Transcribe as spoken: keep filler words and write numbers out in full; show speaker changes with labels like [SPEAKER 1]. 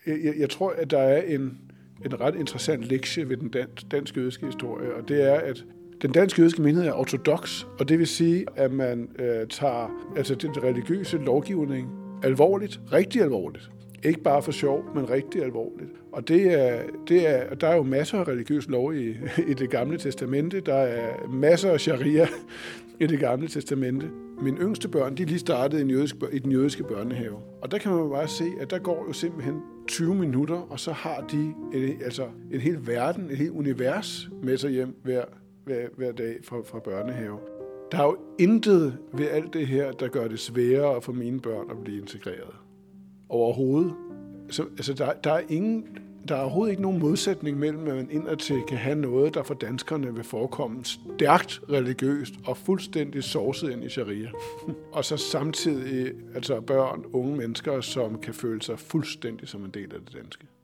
[SPEAKER 1] jeg, jeg tror, at der er en, en ret interessant lektie ved den dansk, dansk-jødiske historie, og det er, at den dansk-jødiske menighed er ortodoks, og det vil sige, at man øh, tager altså den religiøse lovgivning alvorligt, rigtig alvorligt. Ikke bare for sjov, men rigtig alvorligt. Og det er, det er, der er jo masser af religiøse lov i, i det gamle testamente. Der er masser af sharia i det gamle testamente. Mine yngste børn, de lige startede i, en jødisk, i den jødiske børnehave. Og der kan man bare se, at der går jo simpelthen tyve minutter, og så har de en, altså en hel verden, et helt univers med sig hjem hver, hver, hver dag fra, fra børnehave. Der er jo intet ved alt det her, der gør det sværere for mine børn at blive integreret. Overhovedet. Så, altså, der, der, er ingen, der er overhovedet ikke nogen modsætning mellem, at man indadtil kan have noget, der for danskerne vil forekomme stærkt religiøst og fuldstændig sovset ind i sharia. Og så samtidig altså børn, unge mennesker, som kan føle sig fuldstændig som en del af det danske.